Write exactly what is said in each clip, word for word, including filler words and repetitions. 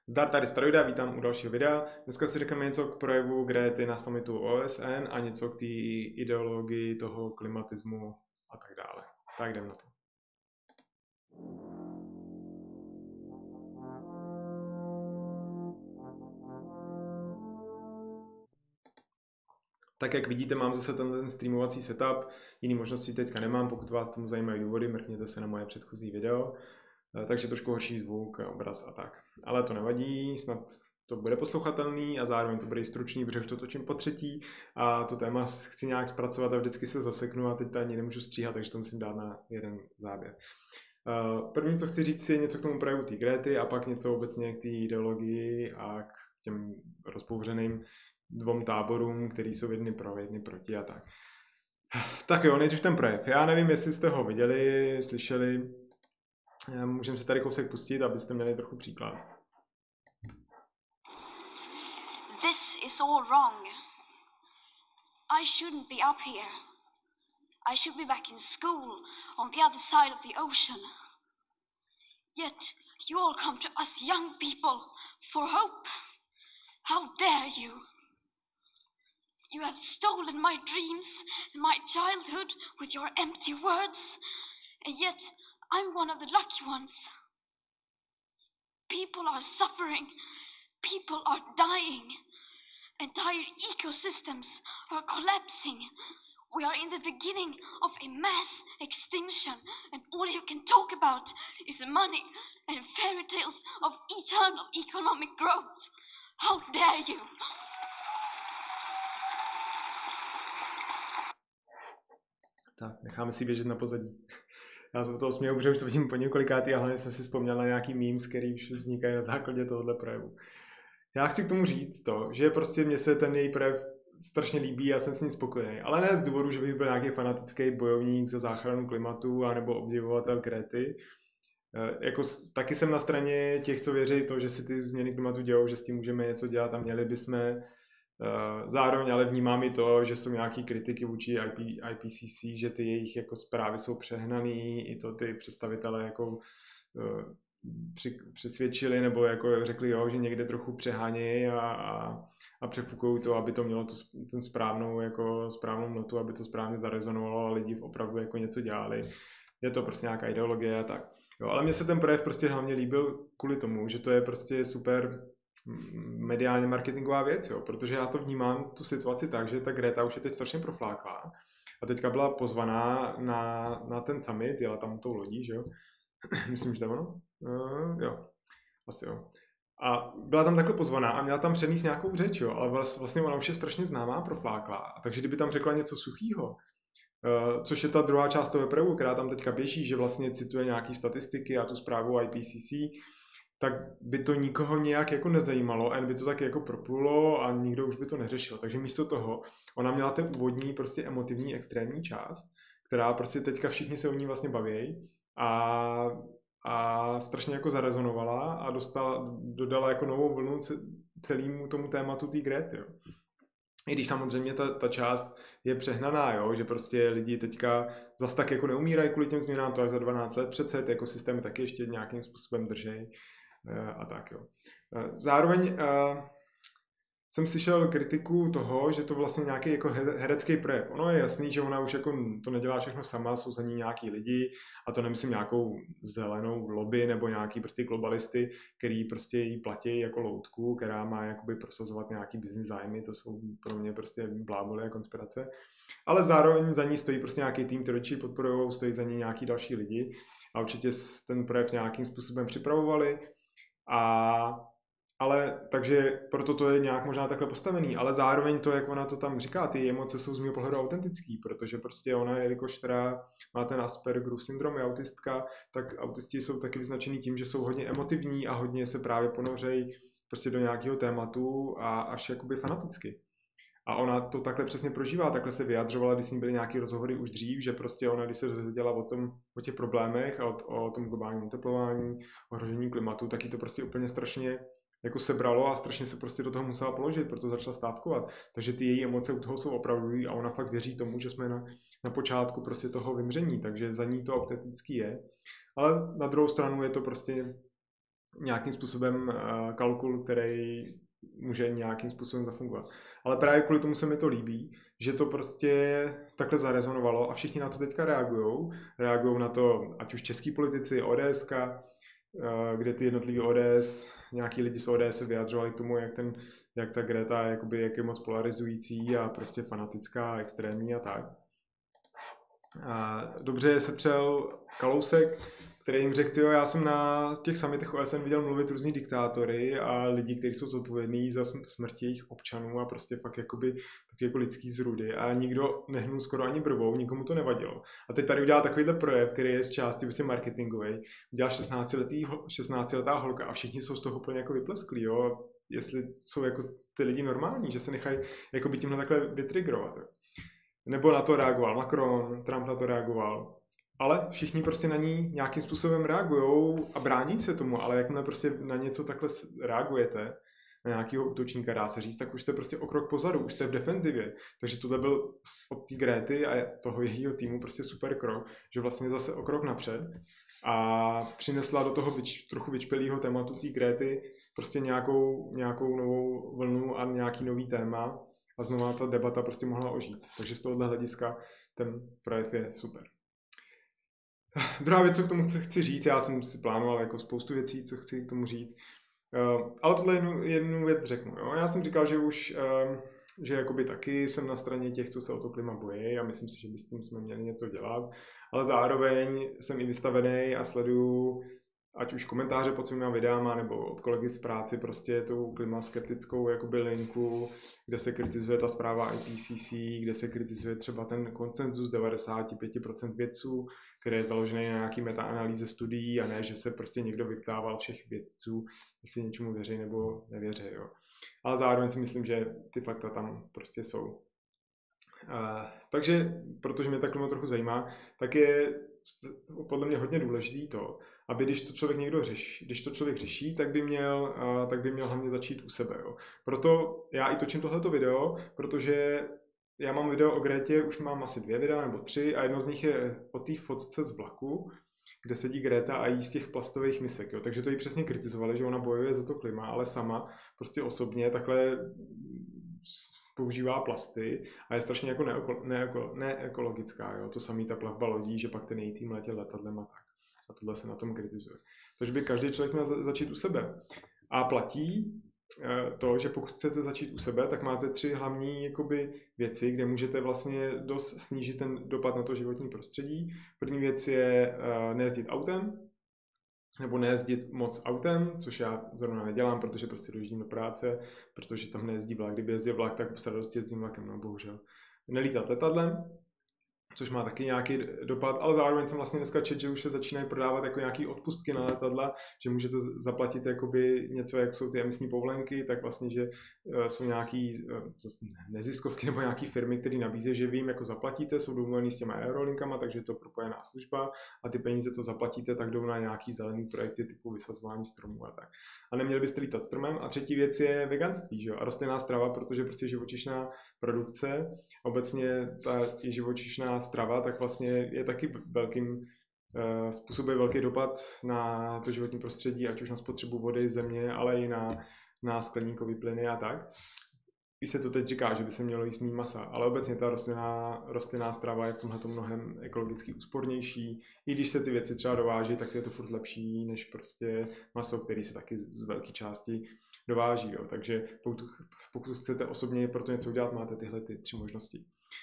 Zdar, tady Staroida, vítám u dalšího videa. Dneska si řekneme něco k projevu Gréty na summitu O S N a něco k té ideologii toho klimatismu a tak dále. Tak jdem na to. Tak jak vidíte, mám zase ten, ten streamovací setup, jiný možnosti teďka nemám, pokud vás tomu zajímají důvody, mrkněte se na moje předchozí video, takže trošku horší zvuk, obraz a tak. Ale to nevadí, snad to bude poslouchatelný a zároveň to bude i stručný, protože už to točím po třetí a to téma chci nějak zpracovat a vždycky se zaseknu a teď to ani nemůžu stříhat, takže to musím dát na jeden záběr. První, co chci říct, je něco k tomu projevu té Gréty a pak něco obecně k té ideologii a k těm rozbouřeným dvou táborům, který jsou jedny pro, jedny proti a tak. Tak jo, nejdřív ten projev. Já nevím, jestli jste ho viděli, slyšeli. Můžeme se tady kousek pustit, abyste měli trochu příklad. This is all wrong. I shouldn't be up here. I should be back in school on the other side of the ocean. Yet you all come to us young people for hope. How dare you? You have stolen my dreams and my childhood with your empty words, and yet I'm one of the lucky ones. People are suffering. People are dying. Entire ecosystems are collapsing. We are in the beginning of a mass extinction, and all you can talk about is money and fairy tales of eternal economic growth. How dare you? Tak, necháme si běžet na pozadí. Já se do toho směju, protože už to vidím po několikátý a hlavně jsem si vzpomněl na nějaký memes, který už vznikají na základě tohohle projevu. Já chci k tomu říct to, že prostě mně se ten její projev strašně líbí, já jsem s ním spokojený. Ale ne z důvodu, že bych byl nějaký fanatický bojovník za záchranu klimatu anebo obdivovatel Gréty. E, jako, taky jsem na straně těch, co věří to, že si ty změny klimatu dějou, že s tím můžeme něco dělat a měli bychom. Zároveň ale vnímám i to, že jsou nějaký kritiky vůči I P C C, že ty jejich jako zprávy jsou přehnaný, i to ty představitelé jako přesvědčili nebo jako řekli, jo, že někde trochu přehánějí a, a, a přefukují to, aby to mělo tu, ten správnou, jako správnou notu, aby to správně zarezonovalo a lidi opravdu jako něco dělali. Je to prostě nějaká ideologie a tak. Jo, ale mně se ten projev prostě hlavně líbil kvůli tomu, že to je prostě super mediálně marketingová věc, jo, protože já to vnímám tu situaci tak, že ta Greta už je teď strašně profláklá a teďka byla pozvaná na, na ten summit, jela tam tou lodí, že jo, myslím, že to ono, uh, jo, asi jo. A byla tam takhle pozvaná a měla tam přednést nějakou řeč, jo, ale vlastně ona už je strašně známá, profláklá, takže kdyby tam řekla něco suchýho, Uh, což je ta druhá část toho projevu, která tam teďka běží, že vlastně cituje nějaký statistiky a tu zprávu I P C C, tak by to nikoho nějak jako nezajímalo a jen by to tak jako proplulo a nikdo už by to neřešil. Takže místo toho ona měla ten úvodní prostě emotivní extrémní část, která prostě teďka všichni se o ní vlastně baví a, a strašně jako zarezonovala a dostala, dodala jako novou vlnu celému tomu tématu té Grety. Jo. I když samozřejmě ta, ta část je přehnaná, jo, že prostě lidi teďka zas tak jako neumírají kvůli těm změnám, to až za dvanáct let přece, ty ekosystémy taky ještě nějakým způsobem držej a tak jo. Zároveň uh, jsem slyšel kritiku toho, že to vlastně nějaký jako herecký projev. Ono je jasný, že ona už jako to nedělá všechno sama, jsou za ní nějaký lidi a to nemyslím nějakou zelenou lobby nebo nějaký prostě globalisty, který prostě jí platí jako loutku, která má jakoby prosazovat nějaký business zájmy, to jsou pro mě prostě bláboli a konspirace. Ale zároveň za ní stojí prostě nějaký tým, který podporují, stojí za ní nějaký další lidi a určitě ten projev nějakým způsobem připravovali. A, ale takže proto to je nějak možná takhle postavený, ale zároveň to, jak ona to tam říká, ty emoce jsou z mého pohledu autentický, protože prostě ona, jelikož teda má ten Aspergerův syndrom, je autistka, tak autisti jsou taky vyznačený tím, že jsou hodně emotivní a hodně se právě ponořejí prostě do nějakého tématu a až jakoby fanaticky. A ona to takhle přesně prožívá, takhle se vyjadřovala, když s ní byly nějaké rozhovory už dřív, že prostě ona, když se dozvěděla o tom, o těch problémech a o, o tom globálním oteplování, ohrožení klimatu, tak jí to prostě úplně strašně jako sebralo a strašně se prostě do toho musela položit, proto začala stávkovat. Takže ty její emoce u toho jsou opravdový a ona fakt věří tomu, že jsme na, na počátku prostě toho vymření, takže za ní to autentický je. Ale na druhou stranu je to prostě nějakým způsobem kalkul, který může nějakým způsobem zafungovat. Ale právě kvůli tomu se mi to líbí, že to prostě takhle zarezonovalo a všichni na to teďka reagujou. Reagují na to, ať už český politici, ODSka, kde ty jednotlivý O D S, nějaký lidi z O D S se vyjadřovali k tomu, jak, ten, jak ta Greta jakoby, jak je moc polarizující a prostě fanatická, extrémní a tak. A dobře se třel Kalousek, který jim řekl, jo, já jsem na těch summitech O S N viděl mluvit různý diktátory a lidi, kteří jsou zodpovědní za smrti jejich občanů a prostě pak jakoby taky jako lidský zrůdy a nikdo nehnul skoro ani brvou, nikomu to nevadilo. A teď tady udělal takovýhle projev, který je z části prostě marketingový. Udělal šestnáctiletá holka a všichni jsou z toho úplně jako vyplesklí, jo, jestli jsou jako ty lidi normální, že se nechají jakoby tímhle takhle vytrigrovat. Jo. Nebo na to reagoval Macron, Trump na to reagoval. Ale všichni prostě na ní nějakým způsobem reagujou a brání se tomu, ale jakmile prostě na něco takhle reagujete, na nějakého útočníka, dá se říct, tak už jste prostě o krok pozadu, už jste v defenzivě. Takže tohle byl od té Gréty a toho jejího týmu prostě super krok, že vlastně zase o krok napřed a přinesla do toho vyč, trochu vyčpělého tématu té Gréty prostě nějakou, nějakou novou vlnu a nějaký nový téma a znova ta debata prostě mohla ožít. Takže z tohohle hlediska ten projev je super. Druhá věc, co k tomu chci říct, já jsem si plánoval jako spoustu věcí, co chci k tomu říct, uh, ale tohle jednu, jednu věc řeknu. Jo? Já jsem říkal, že už, uh, že jakoby taky jsem na straně těch, co se o to klima bojí a myslím si, že by s tím jsme měli něco dělat, ale zároveň jsem i vystavený a sleduju ať už komentáře pod svýma videama nebo od kolegy z práci prostě tou klimaskeptickou jakoby linku, kde se kritizuje ta zpráva I P C C, kde se kritizuje třeba ten konsenzus devadesát pět procent vědců, který je založený na nějaký metaanalýze studií a ne, že se prostě někdo vyptával všech vědců, jestli něčemu věří nebo nevěří. Jo. Ale zároveň si myslím, že ty fakta tam prostě jsou. Uh, takže, protože mě ta klima trochu zajímá, tak je podle mě hodně důležitý to, aby když to člověk někdo řeší, když to člověk řeší, tak by měl, uh, tak by měl hlavně začít u sebe. Jo. Proto já i točím tohleto video, protože já mám video o Grétě, už mám asi dvě videa nebo tři a jedno z nich je o té fotce z vlaku, kde sedí Greta a jí z těch plastových misek. Jo. Takže to jí přesně kritizovali, že ona bojuje za to klima, ale sama prostě osobně takhle používá plasty a je strašně jako neeko, neeko, neekologická. Jo. To samý ta plavba lodí, že pak ten její tým letěl letadlem a tak. A tohle se na tom kritizuje. Takže by každý člověk měl začít u sebe. A platí to, že pokud chcete začít u sebe, tak máte tři hlavní jakoby, věci, kde můžete vlastně dost snížit ten dopad na to životní prostředí. První věc je uh, nejezdit autem, nebo nejezdit moc autem, což já zrovna nedělám, protože prostě dojíždím do práce, protože tam nejezdí vlak. Kdyby jezdil vlak, tak se dost jezdím vlakem, no bohužel. Nelítat letadlem, což má taky nějaký dopad, ale zároveň jsem vlastně dneska četl, že už se začínají prodávat jako nějaký odpustky na letadla, že můžete zaplatit jakoby něco, jak jsou ty emisní povolenky, tak vlastně, že jsou nějaký neziskovky nebo nějaký firmy, které nabízejí, že vy jim jako zaplatíte, jsou domluvený s těma aerolinkama, takže je to propojená služba a ty peníze, co zaplatíte, tak jdou na nějaký zelený projekty typu vysazování stromů a tak. A neměli byste lítat stromem. A třetí věc je veganství, že jo? A rostlinná strava, protože prostě živočišná produkce, obecně ta živočišná strava, tak vlastně je taky velkým, způsobuje velký dopad na to životní prostředí, ať už na spotřebu vody, země, ale i na, na skleníkové plyny a tak. Když se to teď říká, že by se mělo jíst méně masa, ale obecně ta rostlinná, rostlinná strava je v tomhle mnohem ekologicky úspornější. I když se ty věci třeba dováží, tak je to furt lepší než prostě maso, který se taky z velké části dováží. Jo. Takže pokud, pokud chcete osobně pro to něco udělat, máte tyhle ty tři možnosti.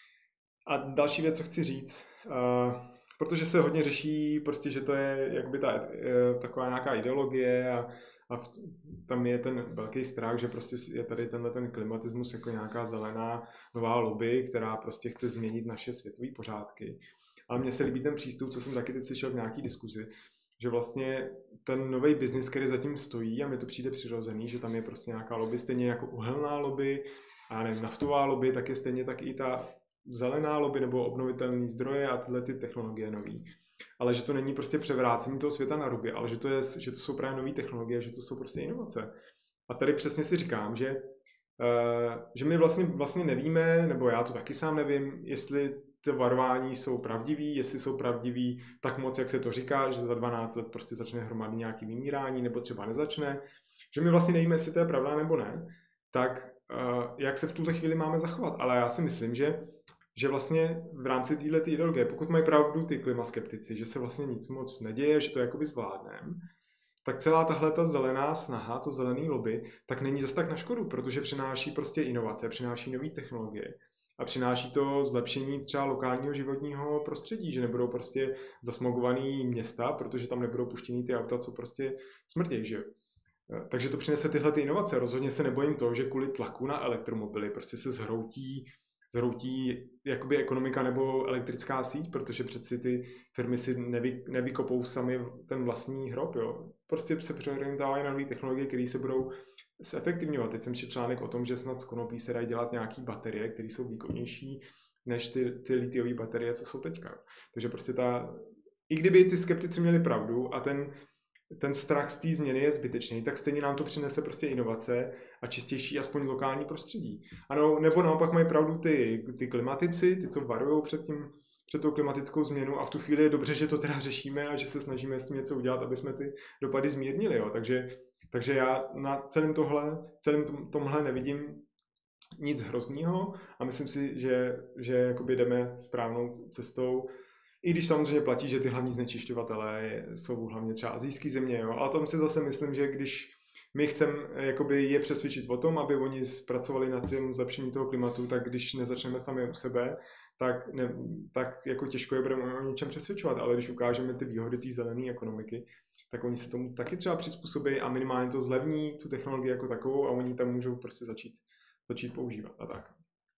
A další věc, co chci říct, uh, protože se hodně řeší, prostě, že to je jakby ta, uh, taková nějaká ideologie a, a v, tam je ten velký strach, že prostě je tady tenhle ten klimatismus jako nějaká zelená nová lobby, která prostě chce změnit naše světové pořádky. Ale mně se líbí ten přístup, co jsem taky teď slyšel v nějaký diskuzi, že vlastně ten nový biznis, který zatím stojí, a mi to přijde přirozený, že tam je prostě nějaká lobby, stejně jako uhelná lobby, a ne, naftová lobby, tak je stejně tak i ta zelená lobby nebo obnovitelné zdroje a tyhle ty technologie nový. Ale že to není prostě převrácení toho světa na ruby, ale že to, je, že to jsou právě nové technologie, že to jsou prostě inovace. A tady přesně si říkám, že, uh, že my vlastně, vlastně nevíme, nebo já to taky sám nevím, jestli ty varování jsou pravdivý, jestli jsou pravdivý tak moc, jak se to říká, že za dvanáct let prostě začne hromadně nějaký vymírání, nebo třeba nezačne, že my vlastně nevíme, jestli to je pravda nebo ne, tak uh, jak se v tuhle chvíli máme zachovat. Ale já si myslím, že, že vlastně v rámci této ideologie, pokud mají pravdu ty klimaskeptici, že se vlastně nic moc neděje, že to jakoby zvládneme, tak celá tahle ta zelená snaha, to zelený lobby, tak není zas tak na škodu, protože přináší prostě inovace, přináší nové technologie a přináší to zlepšení třeba lokálního životního prostředí, že nebudou prostě zasmogovaný města, protože tam nebudou puštěný ty auta, co prostě smrtějí, že jo. Takže to přinese tyhle ty inovace. Rozhodně se nebojím toho, že kvůli tlaku na elektromobily prostě se zhroutí, zhroutí jakoby ekonomika nebo elektrická síť, protože přeci ty firmy si nevy, nevykopou sami ten vlastní hrob. Jo. Prostě se přeorientovávají na nové technologie, které se budou zefektivňovat. Teď jsem četl článek o tom, že snad z konopí se dají dělat nějaké baterie, které jsou výkonnější než ty, ty litiové baterie, co jsou teďka. Takže prostě ta, i kdyby ty skeptici měli pravdu a ten ten strach z té změny je zbytečný, tak stejně nám to přinese prostě inovace a čistější aspoň lokální prostředí. Ano, nebo naopak mají pravdu ty, ty klimatici, ty, co varují před tím, před tou klimatickou změnou a v tu chvíli je dobře, že to teda řešíme a že se snažíme s tím něco udělat, aby jsme ty dopady zmírnili. Jo. Takže, takže já na celém tohle, celém tom, tomhle nevidím nic hroznýho a myslím si, že, že jakoby jdeme správnou cestou. I když samozřejmě platí, že ty hlavní znečišťovatelé jsou hlavně třeba asijské země, jo? Ale tom si zase myslím, že když my chceme jakoby je přesvědčit o tom, aby oni zpracovali na tom zlepšení toho klimatu, tak když nezačneme sami u sebe, tak, ne, tak jako těžko je budeme o něčem přesvědčovat. Ale když ukážeme ty výhody té zelené ekonomiky, tak oni se tomu taky třeba přizpůsobí a minimálně to zlevní tu technologii jako takovou a oni tam můžou prostě začít, začít používat a tak.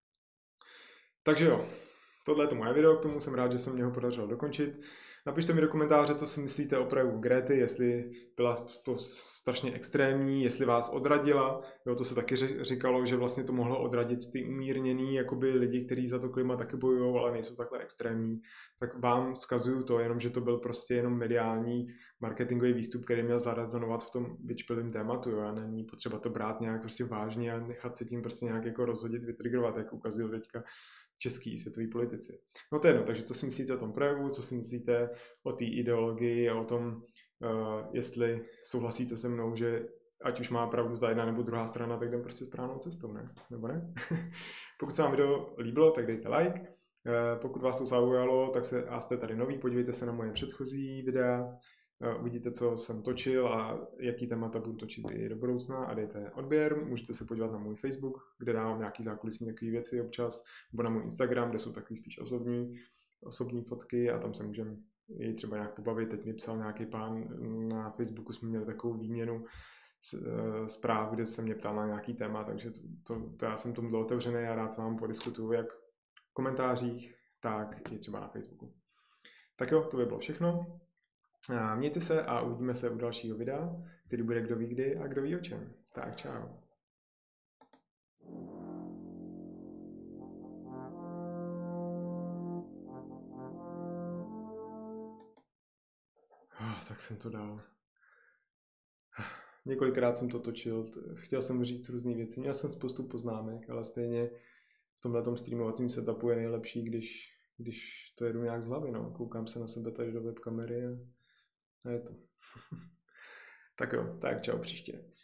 Takže jo. Tohle je to moje video, k tomu jsem rád, že se mě ho podařilo dokončit. Napište mi do komentáře, co si myslíte o projevu Grety, jestli byla to strašně extrémní, jestli vás odradila. Jo, to se taky říkalo, že vlastně to mohlo odradit ty umírněný jakoby lidi, kteří za to klima taky bojují, ale nejsou takhle extrémní. Tak vám vzkazuju to, jenom že to byl prostě jenom mediální marketingový výstup, který měl zarezonovat v tom vyčpělém tématu. Jo, a není potřeba to brát nějak prostě vážně a nechat se tím prostě nějak jako rozhodit, vytrigrovat, jak ukazují teďka český světoví politici. No to je jedno, takže co si myslíte o tom projevu, co si myslíte o té ideologii a o tom, uh, jestli souhlasíte se mnou, že ať už má pravdu ta jedna nebo druhá strana, tak jdem prostě správnou cestou, ne? Nebo ne? Pokud se vám video líbilo, tak dejte like. Uh, pokud vás to zaujalo, tak se, a jste tady noví, podívejte se na moje předchozí videa. Uh, uvidíte, co jsem točil a jaký témata budu točit i do budoucna a dejte odběr. Můžete se podívat na můj Facebook, kde dávám nějaký zákulisní takové věci občas, nebo na můj Instagram, kde jsou takový spíš osobní, osobní fotky a tam se můžeme i třeba nějak pobavit. Teď mi psal nějaký pán na Facebooku, jsme měli takovou výměnu zpráv, kde se mě ptal na nějaký téma, takže to, to, to já jsem tomu byl otevřený a rád s vámi podiskutuju jak v komentářích, tak i třeba na Facebooku. Tak jo, to by bylo všechno. Mějte se a uvidíme se u dalšího videa, který bude kdo ví kdy a kdo ví o čem. Tak čau. Oh, tak jsem to dal. Několikrát jsem to točil, chtěl jsem říct různé věci, měl jsem spoustu poznámek, ale stejně v tomhletom streamovacím setupu je nejlepší, když, když to jedu nějak z hlavy, no. Koukám se na sebe tady do webkamery a, a je to. Tak jo, tak čau příště.